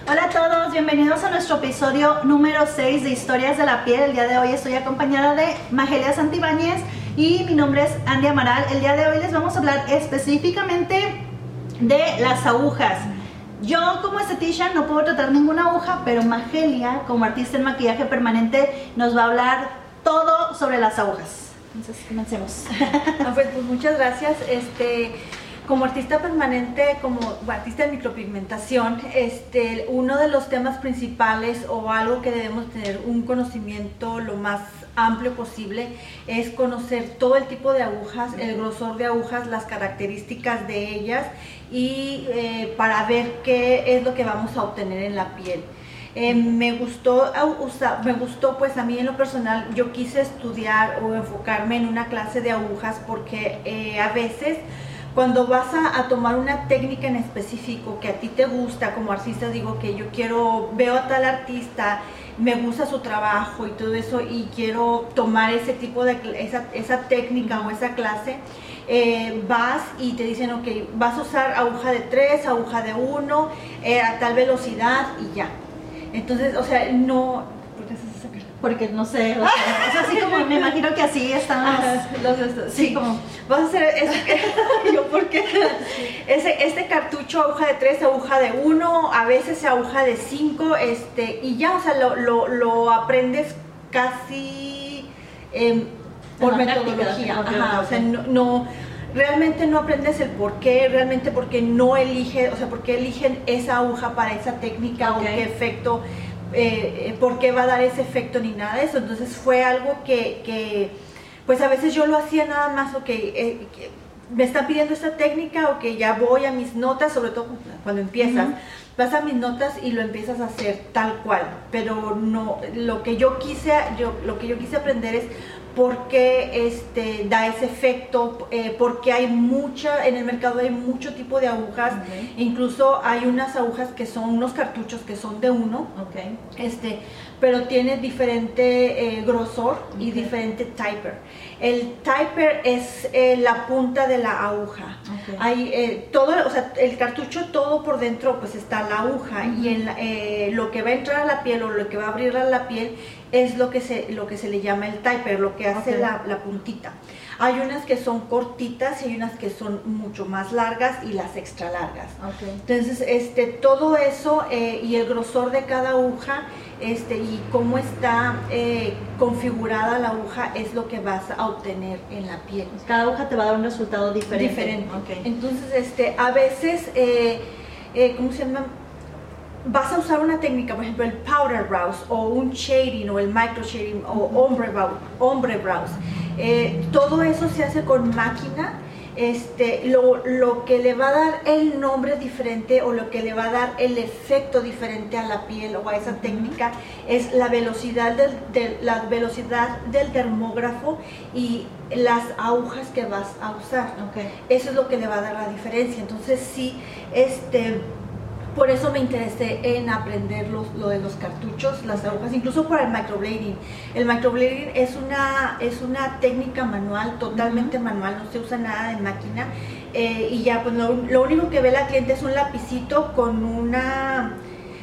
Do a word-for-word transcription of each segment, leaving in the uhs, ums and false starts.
Hola a todos, bienvenidos a nuestro episodio número seis de Historias de la Piel. El día de hoy estoy acompañada de Magelia Santibáñez y mi nombre es Andy Amaral. El día de hoy les vamos a hablar específicamente de las agujas. Yo como estetician no puedo tratar ninguna aguja, pero Magelia como artista en maquillaje permanente nos va a hablar todo sobre las agujas. Entonces comencemos. Ah, pues, pues muchas gracias. Este, como artista permanente, como artista de micropigmentación, este, uno de los temas principales o algo que debemos tener un conocimiento lo más amplio posible es conocer todo el tipo de agujas, el grosor de agujas, las características de ellas y eh, para ver qué es lo que vamos a obtener en la piel. Eh, me gustó, usar, me gustó pues a mí en lo personal, yo quise estudiar o enfocarme en una clase de agujas porque eh, a veces cuando vas a, a tomar una técnica en específico que a ti te gusta, como artista digo que yo quiero, veo a tal artista, me gusta su trabajo y todo eso y quiero tomar ese tipo de, esa, esa técnica o esa clase, eh, vas y te dicen, ok, vas a usar aguja de tres, aguja de uno, eh, a tal velocidad y ya. Entonces, o sea, no... Porque no sé, o sea, o sea, así como me imagino que así están los, los, los sí, sí, como vas a hacer este, yo porque ese, este cartucho aguja de tres, aguja de uno, a veces aguja de cinco, este, y ya, o sea, lo, lo, lo aprendes casi eh, por metodología, ajá, o sea, no, no realmente no aprendes el por qué, realmente porque no elige, o sea, porque eligen esa aguja para esa técnica, okay, o qué efecto, eh, por qué va a dar ese efecto ni nada de eso. Entonces fue algo que, que pues a veces yo lo hacía nada más, ok, eh, que me están pidiendo esta técnica, ok, ya voy a mis notas, sobre todo cuando empiezas, uh-huh, vas a mis notas y lo empiezas a hacer tal cual, pero no, lo que yo quise, yo, lo que yo quise aprender es por qué este, da ese efecto, eh, porque hay mucha, en el mercado hay mucho tipo de agujas, okay, incluso hay unas agujas que son unos cartuchos que son de uno, okay, este, pero tiene diferente eh, grosor, okay, y diferente taper. El taper es eh, la punta de la aguja. Okay. Hay eh, todo, o sea, el cartucho todo por dentro pues está la aguja, uh-huh, y en la, eh, lo que va a entrar a la piel o lo que va a abrir a la piel es lo que se, lo que se le llama el taper, lo que hace, okay, la, la puntita. Hay unas que son cortitas y hay unas que son mucho más largas y las extra largas. Okay. Entonces, este, todo eso eh, y el grosor de cada aguja este, y cómo está eh, configurada la aguja es lo que vas a obtener en la piel. Cada aguja te va a dar un resultado diferente. Diferente. Okay. Entonces, este, a veces, eh, eh, ¿cómo se llama? Vas a usar una técnica, por ejemplo el powder brows o un shading o el micro shading o ombre, brow, ombre brows, eh, todo eso se hace con máquina. Este, lo, lo que le va a dar el nombre diferente o lo que le va a dar el efecto diferente a la piel o a esa técnica es la velocidad del, de, la velocidad del termógrafo y las agujas que vas a usar. Okay. Eso es lo que le va a dar la diferencia. Entonces sí, este... por eso me interesé en aprender los, lo de los cartuchos, las agujas, incluso por el microblading. El microblading es una, es una técnica manual, totalmente uh-huh, manual, no se usa nada de máquina. Eh, y ya, pues lo, lo único que ve la cliente es un lapicito con una...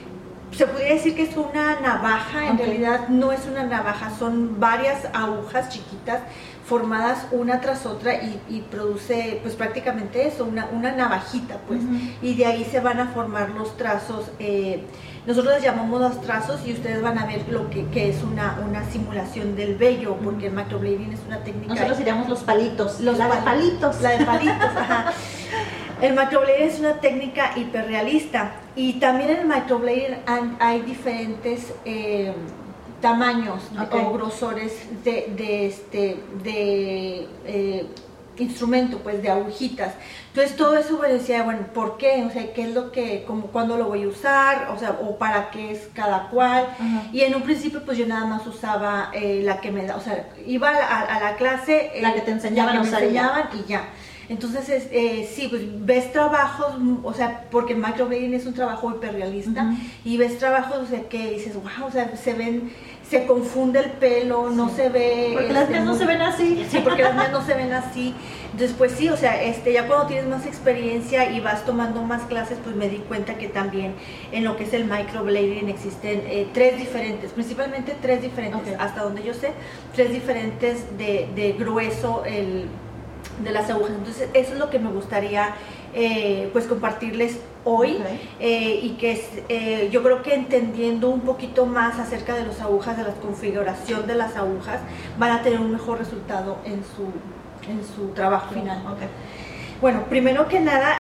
se podría decir que es una navaja, en okay, realidad no es una navaja, son varias agujas chiquitas formadas una tras otra y, y produce pues prácticamente eso, una, una navajita pues, uh-huh, y de ahí se van a formar los trazos, eh, nosotros les llamamos los trazos y ustedes van a ver lo que, que es una, una simulación del vello, uh-huh, porque el microblading es una técnica... Nosotros diríamos los palitos, los la pal- de palitos. La de palitos, ajá. El microblading es una técnica hiperrealista y también en el microblading hay diferentes eh, tamaños, okay, o grosores de, de, este, de eh, instrumento, pues de agujitas. Entonces todo eso me decía, bueno, ¿por qué? O sea, ¿qué es lo que, como, cuándo lo voy a usar? O sea, o para qué es cada cual. Uh-huh. Y en un principio pues yo nada más usaba eh, la que me da, o sea, iba a, a la clase, eh, la que te enseñaban, la que a usar me enseñaban y ya. Entonces, es, eh, sí, pues ves trabajos, o sea, porque el microblading es un trabajo hiperrealista, uh-huh. y ves trabajos, o sea, que dices, wow, o sea, se ven, se confunde el pelo, no sí. se ve... Porque este, las mías no se ven así. Sí, porque las mías no se ven así. Entonces, pues sí, o sea, este, ya cuando tienes más experiencia y vas tomando más clases, pues me di cuenta que también en lo que es el microblading existen eh, tres diferentes, principalmente tres diferentes, okay. hasta donde yo sé, tres diferentes de, de grueso el, de las agujas. Entonces, eso es lo que me gustaría eh, pues compartirles hoy, okay. eh, y que es, eh, yo creo que entendiendo un poquito más acerca de las agujas, de la configuración de las agujas, van a tener un mejor resultado en su, en su trabajo final. Okay. Bueno, primero que nada,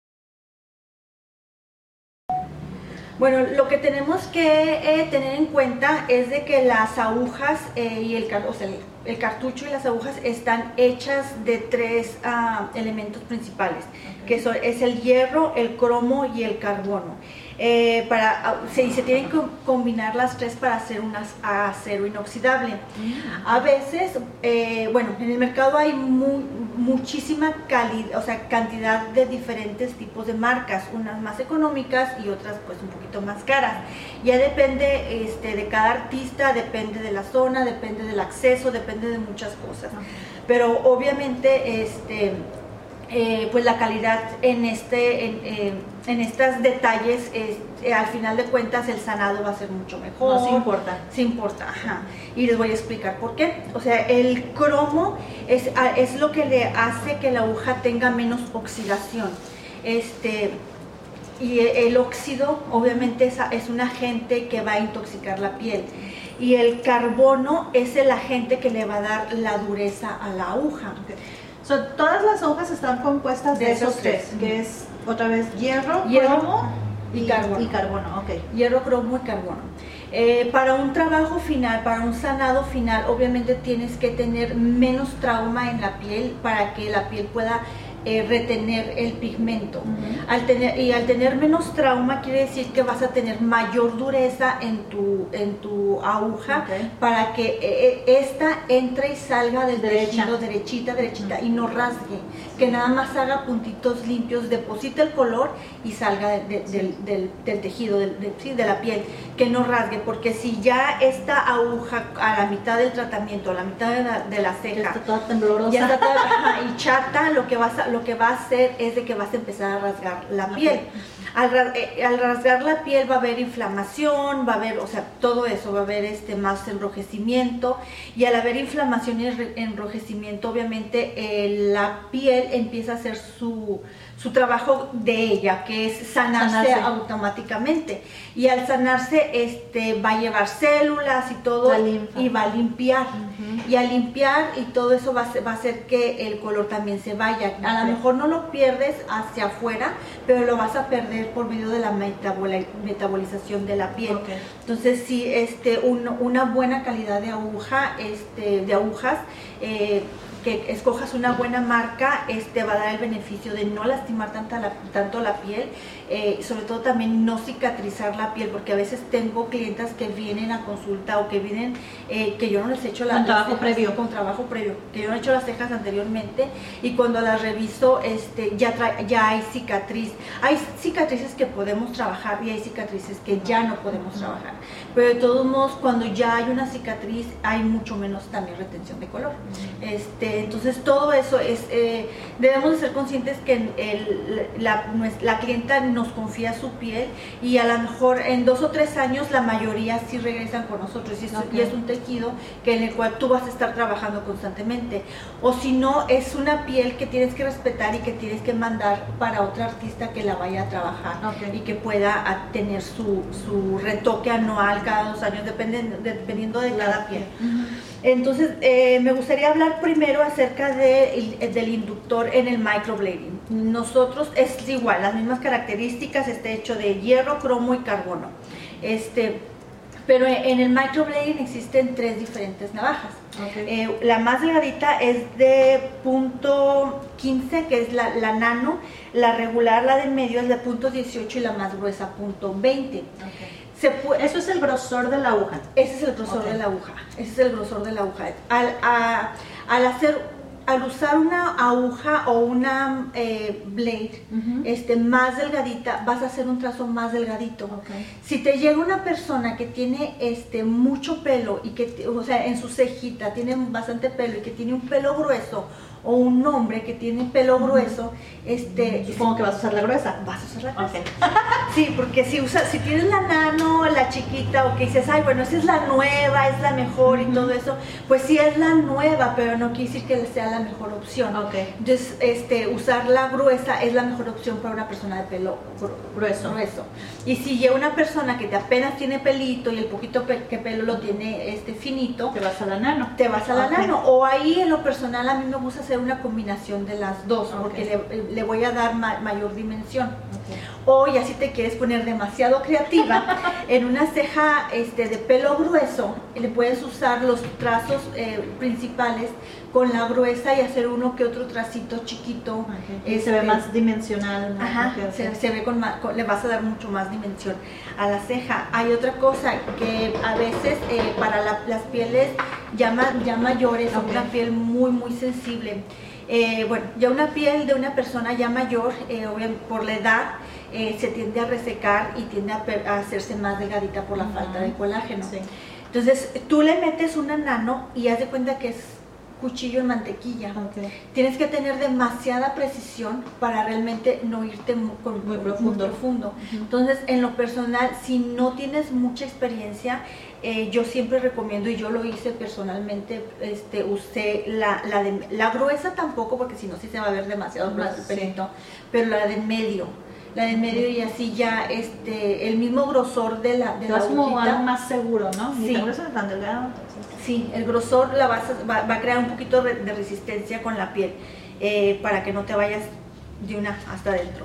bueno, lo que tenemos que eh, tener en cuenta es de que las agujas eh, y el, o sea, el, el cartucho y las agujas están hechas de tres uh, elementos principales, okay. que son, es el hierro, el cromo y el carbono. Eh, para, se, se tienen que combinar las tres para hacer un acero inoxidable. Mm. A veces, eh, bueno, en el mercado hay muy, muchísima calidad, o sea, cantidad de diferentes tipos de marcas, unas más económicas y otras pues un poquito más caras. Ya depende este, de cada artista, depende de la zona, depende del acceso, depende de muchas cosas. Okay. Pero obviamente, este... Eh, pues la calidad en este en, eh, en estos detalles es, eh, al final de cuentas el sanado va a ser mucho mejor. No, sí importa. Sí importa, ajá. Y les voy a explicar por qué. O sea, el cromo es, es lo que le hace que la aguja tenga menos oxidación. Este, y el óxido obviamente es, es un agente que va a intoxicar la piel. Y el carbono es el agente que le va a dar la dureza a la aguja. Okay. So, todas las hojas están compuestas de, de esos tres, tres, que es otra vez hierro, hierro cromo y, y carbono. Y carbono, okay. Hierro, cromo y carbono. Eh, para un trabajo final, para un sanado final, obviamente tienes que tener menos trauma en la piel para que la piel pueda eh, retener el pigmento. Uh-huh. al tener, y al tener menos trauma quiere decir que vas a tener mayor dureza en tu, en tu aguja, okay. para que eh, esta entre y salga del Derecha. tejido derechita, derechita, uh-huh. y no rasgue, que nada más haga puntitos limpios, deposite el color y salga de, de, sí. del, del, del tejido, del, de, sí, de la piel, que no rasgue, porque si ya esta aguja a la mitad del tratamiento, a la mitad de la, de la ceja, ya está toda temblorosa, ya está toda, ajá, y chata, lo que vas a lo que va a hacer es de que vas a empezar a rasgar la okay. piel. Al, eh, al rasgar la piel va a haber inflamación, va a haber, o sea, todo eso, va a haber este más enrojecimiento, y al haber inflamación y enrojecimiento, obviamente eh, la piel empieza a hacer su, su trabajo de ella, que es sanarse, sanarse automáticamente, y al sanarse este, va a llevar células y todo, y va a limpiar, uh-huh. y al limpiar y todo eso va a, ser, va a hacer que el color también se vaya. Okay. A lo mejor no lo pierdes hacia afuera, pero lo vas a perder por medio de la metabol metabolización de la piel. Okay. Entonces sí, este, un, una buena calidad de aguja, este, de agujas, eh, que escojas una buena marca, este, va a dar el beneficio de no lastimar tanta la, tanto la piel, eh, sobre todo también no cicatrizar la piel, porque a veces tengo clientas que vienen a consulta o que vienen, eh, que yo no les he hecho la, con trabajo cejas, previo, con trabajo previo, que yo no he hecho las cejas anteriormente, y cuando las reviso, este, ya, trae, ya hay cicatriz. Hay cicatrices que podemos trabajar y hay cicatrices que ya no podemos trabajar, pero de todos modos, cuando ya hay una cicatriz, hay mucho menos también retención de color. Este, entonces todo eso es, eh, debemos de ser conscientes que el, la, la clienta nos confía su piel, y a lo mejor en dos o tres años la mayoría sí regresan con nosotros, y es, okay. y es un tejido que en el cual tú vas a estar trabajando constantemente, o si no es una piel que tienes que respetar y que tienes que mandar para otra artista que la vaya a trabajar, okay. y que pueda tener su, su retoque anual cada dos años, dependiendo, dependiendo de cada piel. Uh-huh. Entonces, eh, me gustaría hablar primero acerca de, del inductor en el microblading. Nosotros es igual, las mismas características, está hecho de hierro, cromo y carbono. Este, pero en el microblading existen tres diferentes navajas. Okay. Eh, la más delgadita es de punto quince, que es la, la nano, la regular, la del medio es de punto dieciocho y la más gruesa punto veinte. Okay. Puede, eso es el grosor de la aguja. Ese es el grosor okay. de la aguja. Ese es el grosor de la aguja. Al, a, al hacer, al usar una aguja o una eh, blade uh-huh. este, más delgadita, vas a hacer un trazo más delgadito. Okay. Si te llega una persona que tiene este, mucho pelo, y que, o sea, en su cejita tiene bastante pelo y que tiene un pelo grueso, o un hombre que tiene pelo uh-huh. grueso, este, supongo que vas a usar la gruesa. Vas a usar la gruesa. Okay. Sí, porque si usas, si tienes la nano, la chiquita, o que dices, ay, bueno, esa es la nueva, es la mejor uh-huh. y todo eso, pues sí es la nueva, pero no quiere decir que sea la mejor opción. Okay. Entonces, este, usar la gruesa es la mejor opción para una persona de pelo grueso. grueso. Y si llega una persona que te apenas tiene pelito y el poquito pe que pelo lo tiene este finito, te vas a la nano. Te vas a la okay. nano. O ahí en lo personal a mí me gusta hacer una combinación de las dos, okay. porque le, le voy a dar ma mayor dimensión. Okay. O ya si te quieres poner demasiado creativa, en una ceja este, de pelo grueso, le puedes usar los trazos eh, principales con la gruesa y hacer uno que otro tracito chiquito. Okay. Este, se ve más dimensional. ¿No? Ajá, okay, okay. Se, se ve con más, con, le vas a dar mucho más dimensión a la ceja. Hay otra cosa que a veces eh, para la, las pieles ya, ma, ya mayores, okay. una piel muy muy sensible. Eh, bueno, ya una piel de una persona ya mayor, eh, por la edad, eh, se tiende a resecar y tiende a, a hacerse más delgadita por la uh-huh. falta de colágeno. Sí. Entonces, tú le metes una nano y haz de cuenta que es cuchillo en mantequilla. Okay. Tienes que tener demasiada precisión para realmente no irte muy, con, muy profundo. Muy profundo. Uh-huh. Entonces, en lo personal, si no tienes mucha experiencia, eh, yo siempre recomiendo, y yo lo hice personalmente, este, usé la, la, de, la gruesa tampoco, porque si no sí se va a ver demasiado más el pelito, sí. pero la de medio. La de medio y así ya este el mismo grosor de la de la como hojita, algo más seguro, ¿no? Sí. Ni tan grueso ni tan delgado, entonces. Sí, el grosor la vas a, va, va a crear un poquito de resistencia con la piel eh, para que no te vayas de una hasta adentro.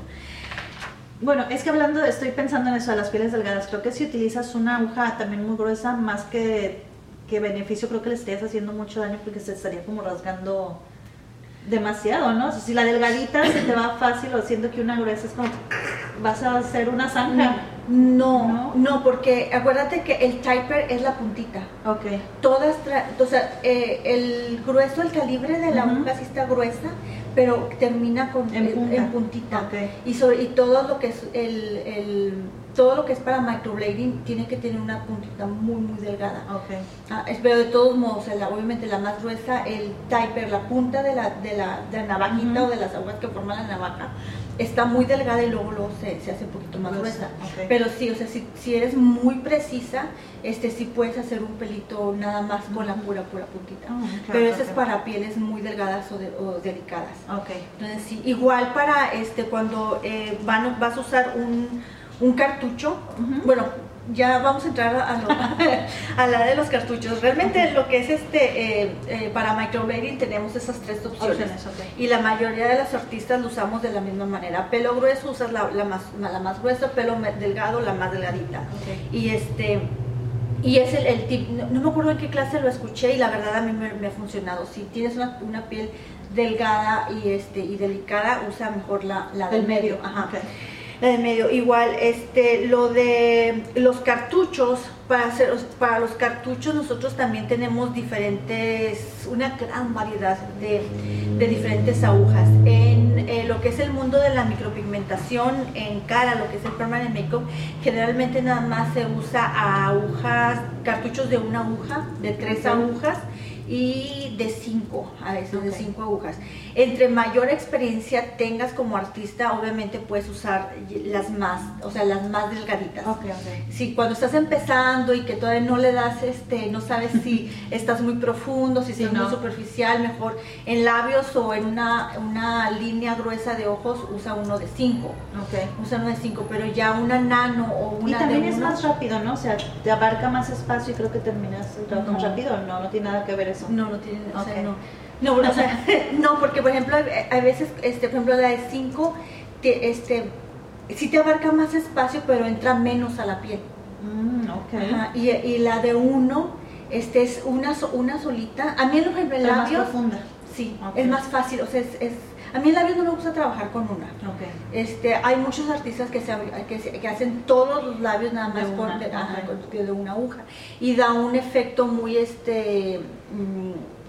Bueno, es que hablando, de, estoy pensando en eso de las pieles delgadas. Creo que si utilizas una aguja también muy gruesa, más que, que beneficio, creo que le estarías haciendo mucho daño porque se estaría como rasgando demasiado, ¿no? O sea, si la delgadita se te va fácil, o siento que una gruesa es como vas a hacer una zanja. No, no, no, porque acuérdate que el taper es la puntita. Ok. Todas, o sea, eh, el grueso, el calibre de la uh-huh. aguja sí está gruesa, pero termina con en, el, punta. en puntita. Okay. Y, sobre, y todo lo que es el, el todo lo que es para microblading tiene que tener una puntita muy muy delgada. Okay. Ah, pero de todos modos, la, obviamente la más gruesa, el taper, la punta de la, de la, de la navajita uh-huh. o de las agujas que forman la navaja, está muy delgada y luego, luego se, se hace un poquito más gruesa. Okay. Pero sí, o sea, si, si eres muy precisa, este sí puedes hacer un pelito nada más con uh-huh. la pura, pura puntita. Oh, okay, pero eso okay. es para pieles muy delgadas o, de, o delicadas. Okay. Entonces sí, igual para este cuando eh, van, vas a usar un, un cartucho, uh-huh. bueno, ya vamos a entrar a, lo, a la de los cartuchos. Realmente uh-huh. lo que es este eh, eh, para microblading tenemos esas tres opciones, opciones okay. y la mayoría de los artistas lo usamos de la misma manera. Pelo grueso usas la, la, más, la más gruesa, pelo delgado la más delgadita. Okay. Y este y es el, el tip, no, no me acuerdo en qué clase lo escuché y la verdad a mí me, me ha funcionado. Si tienes una, una piel delgada y este y delicada, usa mejor la, la del medio. medio. Ajá. Okay. La de medio, igual, este, lo de los cartuchos, para, hacer, para los cartuchos nosotros también tenemos diferentes, una gran variedad de, de diferentes agujas. En eh, lo que es el mundo de la micropigmentación en cara, lo que es el permanent makeup, generalmente nada más se usa agujas, cartuchos de una aguja, de tres okay. agujas, y de cinco, a veces okay. de cinco agujas. Entre mayor experiencia tengas como artista, obviamente puedes usar las más, o sea, las más delgaditas. Okay, okay. Si cuando estás empezando y que todavía no le das, este, no sabes si estás muy profundo, si estás sí, no. muy superficial, mejor en labios o en una, una línea gruesa de ojos, usa uno de cinco. Okay. Usa uno de cinco, pero ya una nano o una y también de es uno, más rápido, ¿no? O sea, te abarca más espacio y creo que terminas el trabajo más no. rápido. No, no tiene nada que ver eso. No, no tiene, o okay. sea, no. No, o sea, no, porque por ejemplo, a veces, este, por ejemplo, la de cinco, te, este, sí te abarca más espacio, pero entra menos a la piel. Mm, okay. Ajá, y, y la de uno, este, es una, una solita. A mí, por ejemplo, el pero labios, más profunda. Sí, okay. es más fácil, o sea, es, es a mí el labios no me gusta trabajar con una. Okay. Este, hay muchos artistas que, se, que, se, que hacen todos los labios nada más de con, una, de, okay. ajá, de una aguja y da un efecto muy, este, mmm,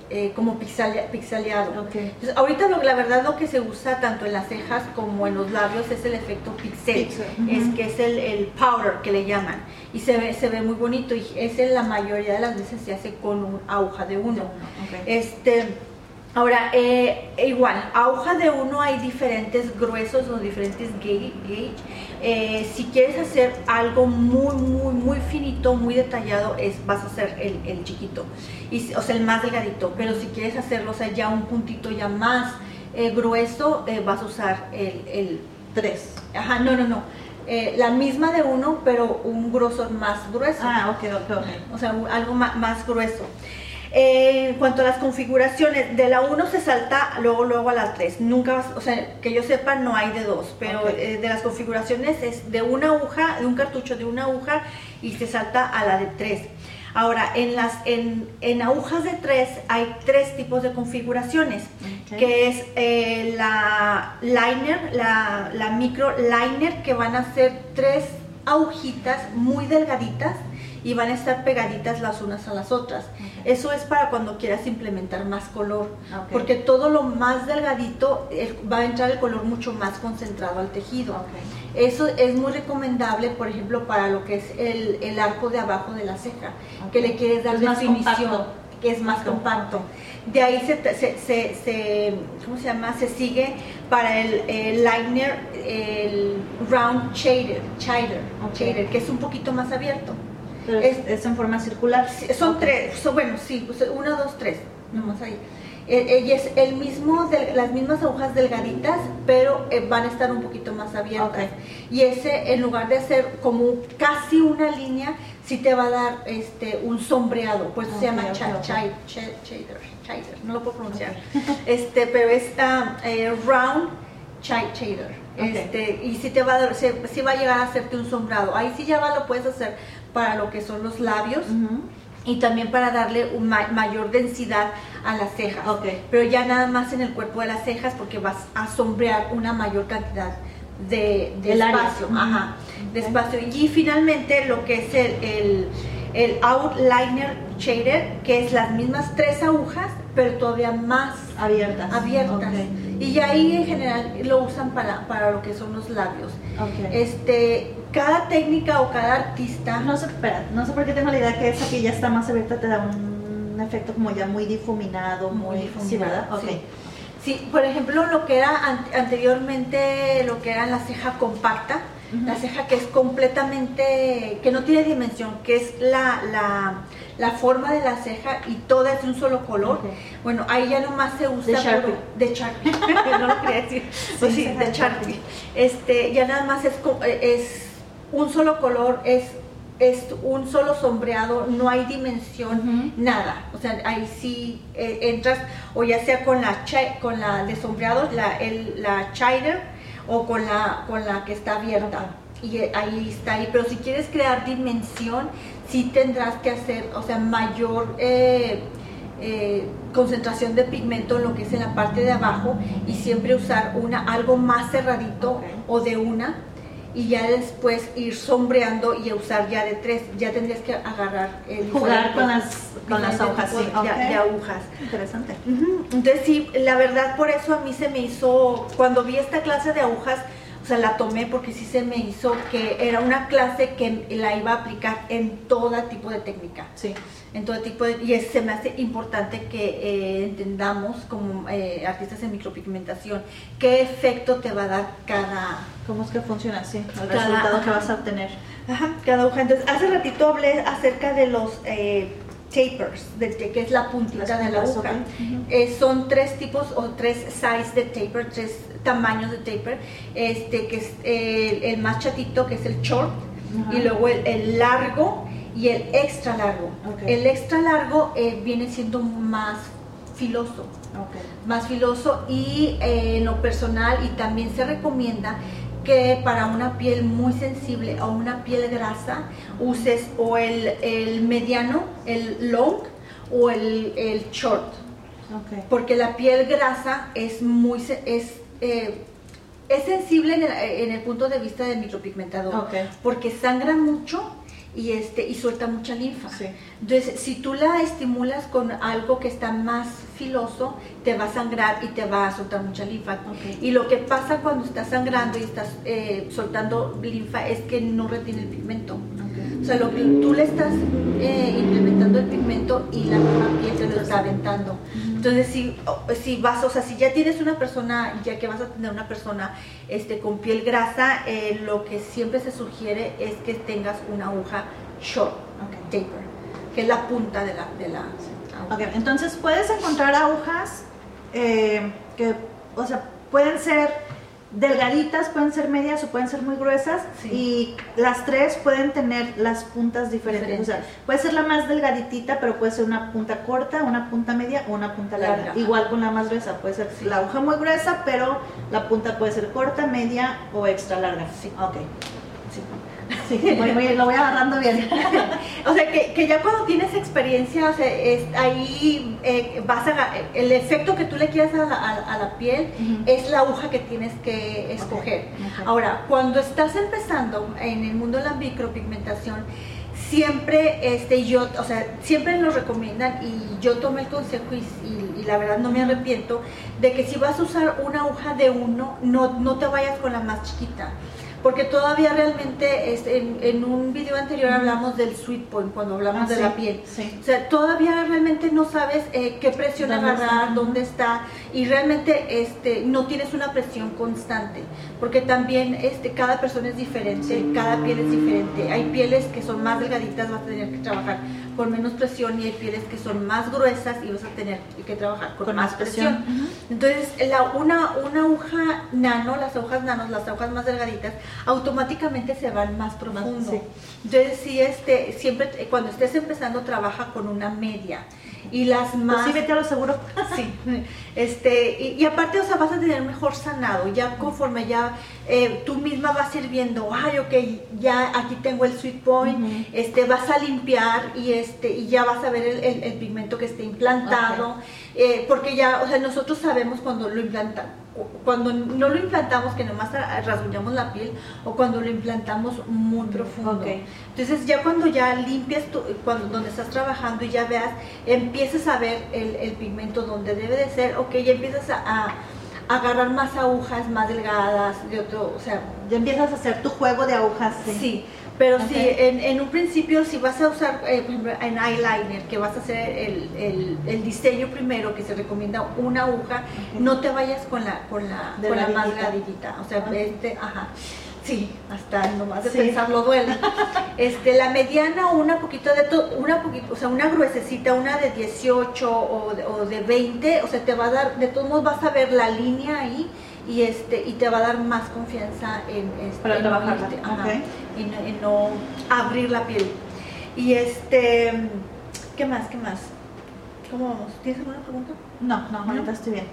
eh, como pixelia, pixeleado. Okay. Entonces, ahorita lo, la verdad lo que se usa tanto en las cejas como en los labios es el efecto pixel, Pixel. es Uh-huh. que es el, el powder que le llaman, y se ve, se ve muy bonito, y ese la mayoría de las veces se hace con un aguja de uno. Okay. Este, ahora, eh, igual, aguja de uno hay diferentes gruesos o diferentes gauge. gauge. Eh, si quieres hacer algo muy, muy, muy finito, muy detallado, es, vas a hacer el, el chiquito, y, o sea, el más delgadito. Pero si quieres hacerlo, o sea, ya un puntito ya más eh, grueso, eh, vas a usar el, el tres. Ajá, no, no, no. Eh, la misma de uno, pero un grosor más grueso. Ah, ok, ok, ok. O sea, un, algo más, más grueso. Eh, en cuanto a las configuraciones, de la uno se salta luego luego a la tres. Nunca, vas, o sea, que yo sepa, no hay de dos, pero Okay. eh, de las configuraciones es de una aguja, de un cartucho de una aguja, y se salta a la de tres. Ahora, en las en, en agujas de tres hay tres tipos de configuraciones, Okay. que es eh, la liner, la, la micro liner, que van a ser tres agujitas muy delgaditas y van a estar pegaditas las unas a las otras. Okay. Eso es para cuando quieras implementar más color, Okay. porque todo lo más delgadito el, va a entrar el color mucho más concentrado al tejido. Okay. Eso es muy recomendable, por ejemplo, para lo que es el, el arco de abajo de la ceja, Okay. que le quieres dar Es más definición, compacto. que es más compacto. De ahí se, se, se, se, ¿cómo se llama? Se sigue para el, el liner, el round shader, shader, Okay. shader, que es un poquito más abierto. Pero es, es en forma circular. Sí, son Okay. tres, son, bueno, sí, pues, uno, dos, tres, nomás ahí. Eh, y es el mismo, de, las mismas agujas delgaditas, pero eh, van a estar un poquito más abiertas. Okay. Y ese, en lugar de hacer como casi una línea, sí te va a dar este un sombreado, pues Okay, se llama okay, cha- okay. cha- cha- shader, shader, no lo puedo pronunciar. Este, pero es um, eh, round cha- shader. Okay. Este, y sí te va a dar, sí, sí va a llegar a hacerte un sombreado. Ahí sí ya va, lo puedes hacer para lo que son los labios. Uh-huh. Y también para darle un ma mayor densidad a las cejas. Okay. Pero ya nada más en el cuerpo de las cejas, porque vas a sombrear una mayor cantidad de, de El área. espacio. Ajá, de Okay. espacio. Y finalmente lo que es el, el, el outliner shader, que es las mismas tres agujas, pero todavía más Abiertas. abiertas. Okay. Y ahí en general lo usan para, para lo que son los labios. Okay. Este, cada técnica o cada artista... No sé, espera, no sé por qué tengo la idea que esa que ya está más abierta te da un efecto como ya muy difuminado, muy, Muy difuminado, sí, ¿verdad? sí. Okay. Sí, por ejemplo, lo que era an anteriormente, lo que era la ceja compacta, Uh-huh. la ceja que es completamente, que no tiene dimensión, que es la, la, la forma de la ceja y toda es de un solo color. Okay. Bueno, ahí ya nomás se usa De Sharpie. puro- de Sharpie, no lo quería decir, pues sí, ceja de de Sharpie. Sharpie. Este, ya nada más es, co- es un solo color, es es un solo sombreado, no hay dimensión, Uh-huh. nada. O sea, ahí sí eh, entras, o ya sea con la cha- con la de sombreado, la, el, la shader, o con la, con la que está abierta. Y eh, ahí está ahí. Pero si quieres crear dimensión, sí tendrás que hacer, o sea, mayor eh, eh, concentración de pigmento en lo que es en la parte de abajo, y siempre usar una algo más cerradito, Okay. o de una, y ya después ir sombreando y usar ya de tres. Ya tendrías que agarrar el Jugar diferente- con las, con las diferente hojas, tipo sí. de, Okay. de agujas. Interesante. Ujú. Entonces sí, la verdad por eso a mí se me hizo, cuando vi esta clase de agujas, o sea, la tomé porque sí se me hizo que era una clase que la iba a aplicar en todo tipo de técnica. Sí. En todo tipo de, y es, se me hace importante que eh, entendamos como eh, artistas en micropigmentación qué efecto te va a dar cada, ¿Cómo es que funciona así? El Cada- resultado que ajá. vas a obtener. ajá, cada aguja. Entonces, hace ratito hablé acerca de los eh, tapers, de, de que es la puntita Las de la puntas, aguja. ok. Ujú. Eh, son tres tipos o tres size de taper, tres tamaños de taper. Este que es el, el más chatito, que es el short, Ajá. y luego el, el largo y el extra largo. Ok. El extra largo eh, viene siendo más filoso. Okay. más filoso, y eh, en lo personal, y también se recomienda que para una piel muy sensible o una piel grasa uses o el, el mediano, el long, o el, el short, Okay. porque la piel grasa es muy se- es eh, es sensible en el, en el punto de vista del micropigmentador, Okay. porque sangra mucho y este y suelta mucha linfa. Sí. Entonces, si tú la estimulas con algo que está más filoso, te va a sangrar y te va a soltar mucha linfa. Okay. Y lo que pasa cuando estás sangrando y estás eh, soltando linfa es que no retiene el pigmento. Okay. O sea, lo que tú le estás eh, implementando el pigmento y la misma piel se lo está aventando. Uh-huh. Entonces, si, si vas, o sea, si ya tienes una persona, ya que vas a tener una persona este, con piel grasa, eh, lo que siempre se sugiere es que tengas una aguja short, okay. taper, que es la punta de la, de la aguja. Okay. Entonces, puedes encontrar agujas eh, que, o sea, pueden ser delgaditas, pueden ser medias o pueden ser muy gruesas, sí. y las tres pueden tener las puntas diferentes. Diferente. O sea, puede ser la más delgaditita, pero puede ser una punta corta, una punta media o una punta larga. larga. Igual con la más gruesa, puede ser sí. la aguja muy gruesa, pero la punta puede ser corta, media o extra larga. Sí. Ok. Sí. Sí, voy, voy, lo voy agarrando bien. O sea, que, que ya cuando tienes experiencia, o sea, es, ahí eh, vas a, el efecto que tú le quieras a la, a, a la piel uh-huh. es la aguja que tienes que escoger. Okay. Okay. Ahora, cuando estás empezando en el mundo de la micropigmentación, siempre, este, yo, o sea, siempre nos recomiendan, y yo tomé el consejo y, y, y la verdad no me arrepiento, de que si vas a usar una aguja de uno, no, no te vayas con la más chiquita. Porque todavía realmente, es, en, en un video anterior hablamos del sweet point, cuando hablamos ah, de sí, la piel. Sí. O sea, todavía realmente no sabes eh, qué presión ¿Dónde agarrar, está? dónde está, y realmente este, no tienes una presión constante. Porque también este, cada persona es diferente, sí. cada piel es diferente. Hay pieles que son más delgaditas, vas a tener que trabajar con menos presión, y hay pieles que son más gruesas y vas a tener que trabajar con, con más presión. presión. Uh-huh. Entonces, la, una, una aguja nano, las agujas nanos, las agujas más delgaditas, automáticamente se van más profundo. Sí. Entonces, sí, este, siempre cuando estés empezando, trabaja con una media. Y las más... Pues sí, vete a lo seguro. Sí. Este, y, y aparte, o sea, vas a tener mejor sanado. Ya conforme ya eh, tú misma vas a ir viendo, ay, ok, ya aquí tengo el sweet point, uh-huh. este, vas a limpiar y este y ya vas a ver el, el, el pigmento que esté implantado. Okay. Eh, porque ya, o sea, nosotros sabemos cuando lo implantamos, cuando no lo implantamos, que nomás rasguñamos la piel, o cuando lo implantamos muy profundo. Okay. Entonces ya cuando ya limpias tu, cuando donde estás trabajando y ya veas, empieces a ver el, el pigmento donde debe de ser, ok, ya empiezas a, a agarrar más agujas más delgadas, de otro, o sea, ya empiezas a hacer tu juego de agujas. Sí. sí. Pero okay. sí, en, en un principio, si vas a usar, eh, por ejemplo, en eyeliner, que vas a hacer el, el, el diseño primero, que se recomienda una aguja, okay. no te vayas con la, con la, con la más delgadita. O sea, okay. este, ajá. Sí, hasta nomás de sí. pensarlo duele. Este, la mediana, una poquito de to, una poquito, o sea, una gruesecita, una de dieciocho o de, o de veinte, o sea, te va a dar, de todos modos vas a ver la línea ahí. Y este y te va a dar más confianza en, este, para en, trabajar, no, okay. en, en no abrir la piel. Y este, ¿qué más? ¿Qué más? ¿Cómo vamos? ¿Tienes alguna pregunta? No, no, ahorita estoy bien.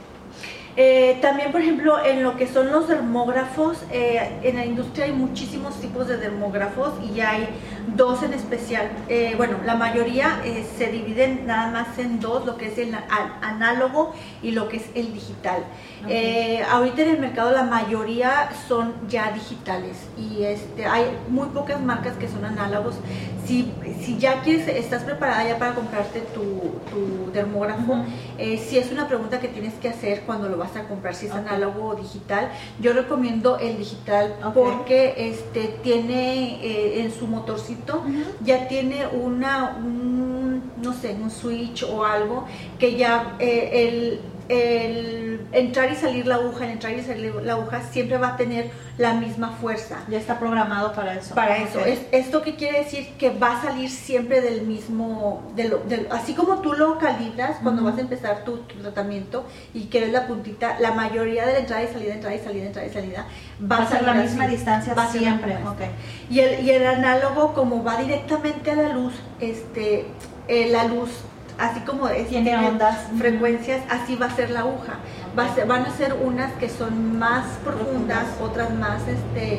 Eh, también, por ejemplo, en lo que son los dermógrafos, eh, en la industria hay muchísimos tipos de dermógrafos y hay dos en especial. Eh, bueno, la mayoría eh, se dividen nada más en dos, lo que es el análogo y lo que es el digital. Okay. Eh, ahorita en el mercado la mayoría son ya digitales y este, hay muy pocas marcas que son análogos. Si, si ya quieres, estás preparada ya para comprarte tu, tu dermógrafo, uh-huh. eh, si es una pregunta que tienes que hacer cuando lo vas a comprar, si es okay. análogo o digital. Yo recomiendo el digital okay. porque este, tiene eh, en su motorcito, uh-huh. ya tiene una, un, no sé, un switch o algo que ya eh, el... el entrar y salir la aguja, el entrar y salir la aguja siempre va a tener la misma fuerza. Ya está programado para eso. Para eso. Okay. Es, ¿Esto qué quiere decir? Que va a salir siempre del mismo, de lo, de, así como tú lo calibras cuando uh-huh. vas a empezar tu, tu tratamiento y que ves la puntita, la mayoría de la entrada y salida, entrada y salida, entrada y salida, va, va a ser la misma así, distancia va siempre. Okay. Y, el, y el análogo, como va directamente a la luz, este, eh, la luz así como es, tiene ondas, frecuencias, así va a ser la aguja. Va a ser, van a ser unas que son más profundas, otras más este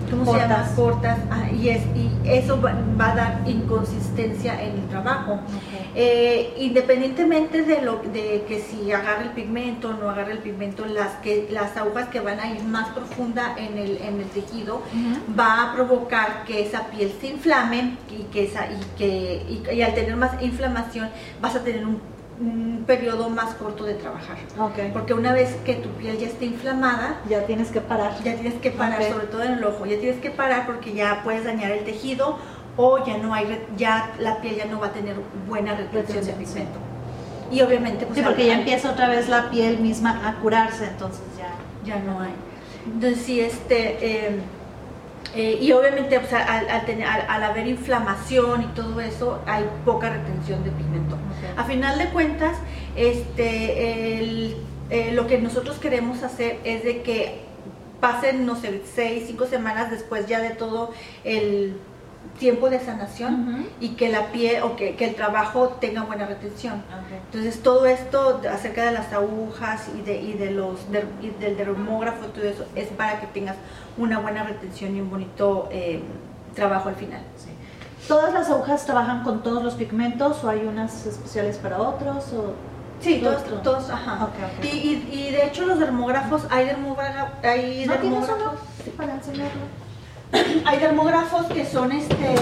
¿cómo cortas. se llama? Cortas, ah, y, es, y eso va, va a dar inconsistencia en el trabajo. Okay. Eh, independientemente de lo de que si agarra el pigmento o no agarra el pigmento, las que las agujas que van a ir más profunda en el, en el tejido, uh-huh, va a provocar que esa piel se inflame y que esa y que y, y al tener más inflamación vas a tener un un periodo más corto de trabajar. Okay. Porque una vez que tu piel ya esté inflamada, ya tienes que parar. Ya tienes que parar, okay, sobre todo en el ojo, ya tienes que parar porque ya puedes dañar el tejido o ya no hay, ya la piel ya no va a tener buena retención de pigmento. Sí. Y obviamente pues sí, porque al, ya empieza otra vez la piel misma a curarse, entonces ya ya no hay. Entonces sí, este eh, Eh, y obviamente pues, al, al, tener, al, al haber inflamación y todo eso, hay poca retención de pigmento. Okay. A final de cuentas, este, el, eh, lo que nosotros queremos hacer es de que pasen, no sé, seis, cinco semanas después ya de todo el tiempo de sanación, uh-huh, y que la piel o que, que el trabajo tenga buena retención. Okay. Entonces todo esto acerca de las agujas y, de, y, de los, de, y del dermógrafo, todo eso es para que tengas una buena retención y un bonito eh, trabajo al final. Sí. ¿Todas las agujas trabajan con todos los pigmentos o hay unas especiales para otros? O sí, todos, todos, todos, ajá. Okay, okay. Y, y, y de hecho los dermógrafos, hay dermógrafos, hay ¿no dermógrafos sí, para enseñarlo? Hay dermógrafos que son este.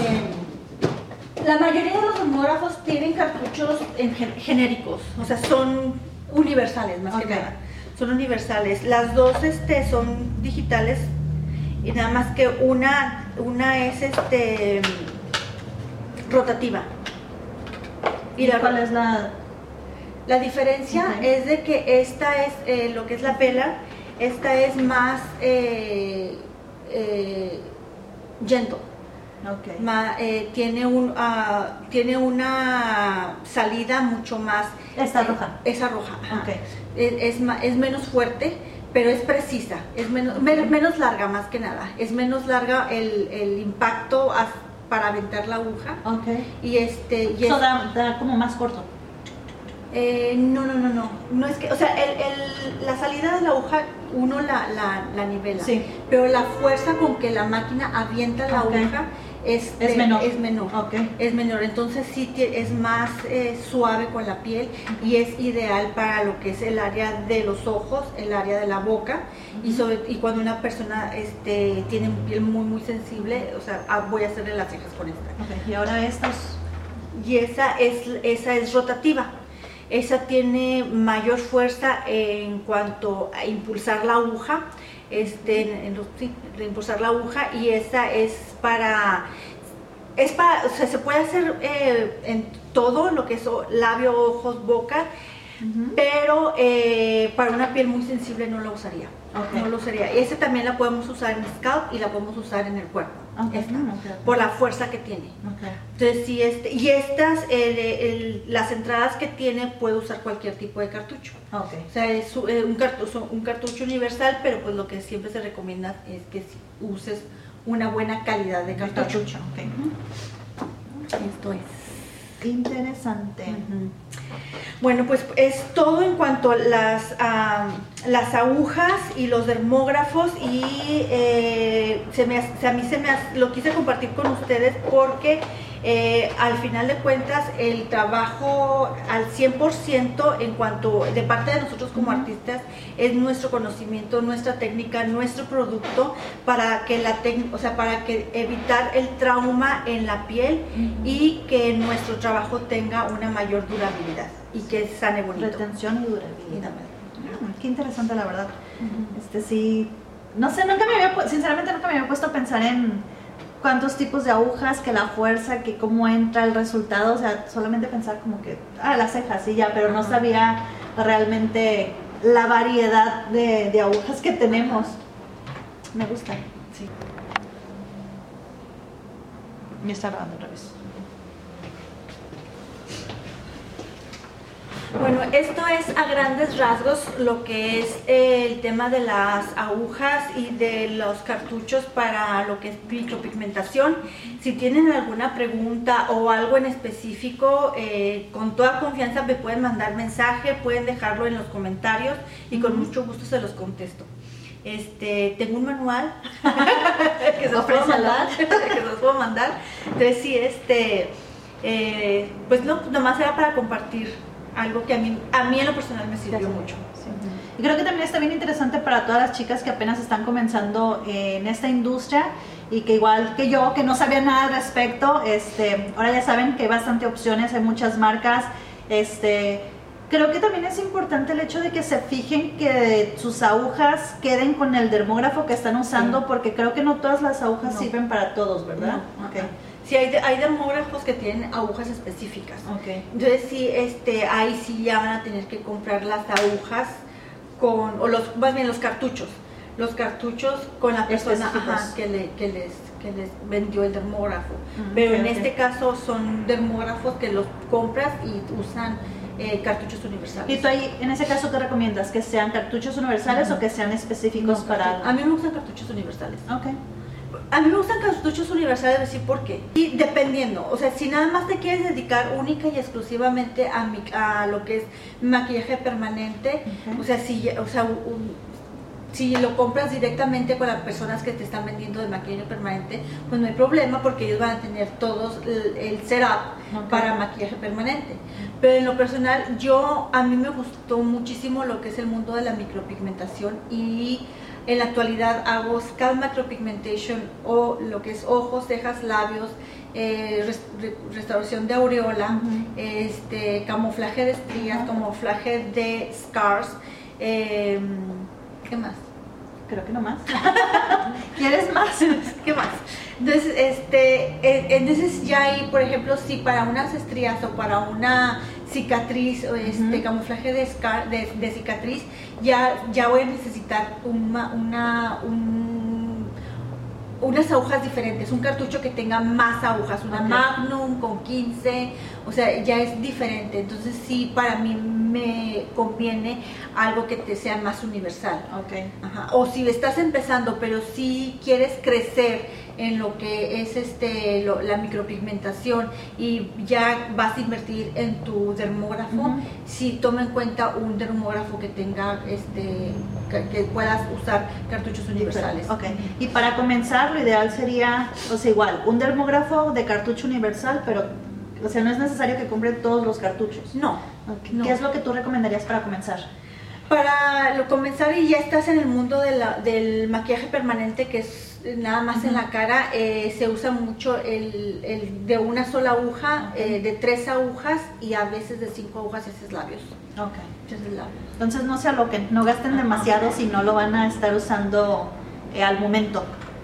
La mayoría de los dermógrafos tienen cartuchos en gen genéricos, o sea, son universales más okay, que nada. Son universales. Las dos este, son digitales y nada más que una, una es este rotativa. ¿Y, ¿Y la, cuál es la? La diferencia okay, es de que esta es eh, lo que es la pela, esta es más eh, eh, gentle. Okay. Ma, eh, tiene un uh, tiene una salida mucho más. Esta eh, roja. Esa roja. Okay. Es, es, es menos fuerte, pero es precisa. Es menos, okay, men, menos larga más que nada. Es menos larga el, el impacto a, para aventar la aguja. Okay. Y este. Y Eso es, da, da como más corto. Eh, no, no, no, no. No es que, o sea, el, el, la salida de la aguja uno la, la, la nivela, sí, pero la fuerza con que la máquina avienta la okay, aguja es, es de, menor. Es menor. Okay. Es menor. Entonces sí es más eh, suave con la piel y es ideal para lo que es el área de los ojos, el área de la boca, uh-huh, y sobre y cuando una persona este, tiene piel muy muy sensible, o sea, voy a hacerle las cejas con esta. Okay. Y ahora estos. Y esa es esa es rotativa. Esa tiene mayor fuerza en cuanto a impulsar la aguja, este, en, en los, sí, de impulsar la aguja, y esa es para, es para, o sea, se puede hacer eh, en todo lo que es labio, ojos, boca, uh-huh, pero eh, para una piel muy sensible no la usaría. Okay. No lo usaría. Esa también la podemos usar en scalp y la podemos usar en el cuerpo. Okay. Esta, okay, por la fuerza que tiene. Okay. Entonces, sí, este, y estas, el, el, las entradas que tiene, puede usar cualquier tipo de cartucho. Okay. O sea, es eh, un, cartucho, un cartucho universal, pero pues lo que siempre se recomienda es que uses una buena calidad de cartucho. cartucho. Okay. Uh-huh. Esto es. Interesante. Uh-huh. Bueno, pues es todo en cuanto a las, uh, las agujas y los dermógrafos, y eh, se me, a mí se me lo quise compartir con ustedes porque eh, al final de cuentas el trabajo al cien por ciento en cuanto de parte de nosotros como uh-huh, artistas es nuestro conocimiento, nuestra técnica, nuestro producto para que la o sea, para que evitar el trauma en la piel, uh-huh, y que nuestro trabajo tenga una mayor durabilidad y que sane bonito. Retención y durabilidad. Uh-huh. Qué interesante, la verdad. Uh-huh. Este sí, no sé, nunca me había, sinceramente nunca me había puesto a pensar en cuántos tipos de agujas, que la fuerza, que cómo entra el resultado, o sea, solamente pensar como que, ah, las cejas y ya, pero no sabía realmente la variedad de, de agujas que tenemos. Me gusta. Sí. Me está grabando otra vez. Bueno, esto es a grandes rasgos lo que es el tema de las agujas y de los cartuchos para lo que es micropigmentación. Si tienen alguna pregunta o algo en específico, eh, con toda confianza me pueden mandar mensaje, pueden dejarlo en los comentarios y con mucho gusto se los contesto. Este, tengo un manual que se los puedo mandar, que se los puedo mandar. Entonces sí, este, eh, pues no, nomás era para compartir algo que a mí, a mí en lo personal me sirvió mucho. Sí. Y creo que también está bien interesante para todas las chicas que apenas están comenzando en esta industria y que igual que yo, que no sabía nada al respecto, este, ahora ya saben que hay bastante opciones, hay muchas marcas. Este, creo que también es importante el hecho de que se fijen que sus agujas queden con el dermógrafo que están usando, sí. porque creo que no todas las agujas no. sirven para todos, ¿verdad? No. Okay. Sí, hay, de, hay dermógrafos que tienen agujas específicas. Okay. Entonces sí, este, ahí sí ya van a tener que comprar las agujas con, o los, más bien los cartuchos, los cartuchos con la persona ajá, que, le, que, les, que les vendió el dermógrafo. Uh-huh. Pero okay, en okay. este caso son dermógrafos que los compras y usan eh, cartuchos universales. ¿Y tú ahí, en ese caso, qué recomiendas? ¿Que sean cartuchos universales uh-huh. o que sean específicos no, para...? A mí me gustan cartuchos universales. Okay. A mí me gustan cartuchos universales, decir por qué. Y dependiendo, o sea, si nada más te quieres dedicar única y exclusivamente a, mi, a lo que es maquillaje permanente, okay. o sea, si, o sea un, si lo compras directamente con las personas que te están vendiendo de maquillaje permanente, pues no hay problema porque ellos van a tener todos el, el setup okay. para maquillaje permanente. Pero en lo personal, yo, a mí me gustó muchísimo lo que es el mundo de la micropigmentación y en la actualidad hago scalp micropigmentation o lo que es ojos, cejas, labios, eh, rest restauración de aureola, uh-huh. este, camuflaje de estrías, uh-huh. camuflaje de scars, eh, ¿qué más? Creo que no más. ¿Quieres más? ¿Qué más? Entonces, este, entonces ya hay, por ejemplo, si para unas estrías o para una cicatriz o este uh-huh. camuflaje de, scar, de, de cicatriz, ya, ya voy a necesitar una, una, un, unas agujas diferentes, un cartucho que tenga más agujas, una okay. Magnum con quince, o sea, ya es diferente. Entonces sí, para mí me conviene algo que te sea más universal. Okay. Ajá. O si estás empezando, pero si quieres crecer en lo que es este lo, la micropigmentación y ya vas a invertir en tu dermógrafo, uh-huh. si toma en cuenta un dermógrafo que tenga este que, que puedas usar cartuchos universales. Okay. Y para comenzar lo ideal sería, o sea, igual, un dermógrafo de cartucho universal, pero o sea, no es necesario que compren todos los cartuchos. No. Okay. no. ¿Qué es lo que tú recomendarías para comenzar? Para lo comenzar y ya estás en el mundo de la, del maquillaje permanente, que es nada más uh-huh. en la cara, eh, se usa mucho el, el de una sola aguja, uh-huh. eh, de tres agujas y a veces de cinco agujas y haces labios. Okay. Haces labios. Entonces no se aloquen, no gasten uh-huh. demasiado si no lo van a estar usando eh, al momento.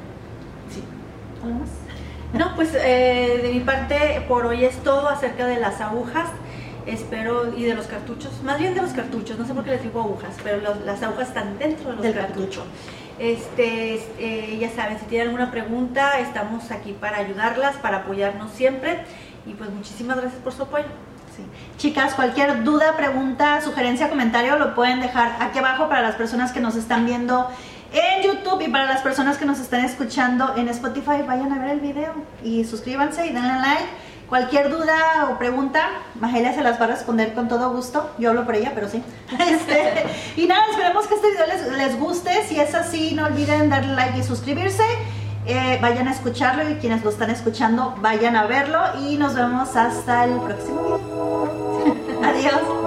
Sí. ¿Algo más? No, pues eh, de mi parte por hoy es todo acerca de las agujas. Espero, y de los cartuchos, más bien de los cartuchos, no sé por qué les digo agujas, pero los, las agujas están dentro de los Del cartuchos. cartucho. Este, eh, ya saben, si tienen alguna pregunta, estamos aquí para ayudarlas, para apoyarnos siempre. Y pues muchísimas gracias por su apoyo. Sí. Chicas, cualquier duda, pregunta, sugerencia, comentario, lo pueden dejar aquí abajo para las personas que nos están viendo en YouTube y para las personas que nos están escuchando en Spotify. Vayan a ver el video y suscríbanse y denle like. Cualquier duda o pregunta, Majelia se las va a responder con todo gusto. Yo hablo por ella, pero sí. Este, y nada, esperemos que este video les, les guste. Si es así, no olviden darle like y suscribirse. Eh, vayan a escucharlo y quienes lo están escuchando, vayan a verlo. Y nos vemos hasta el próximo video. Adiós.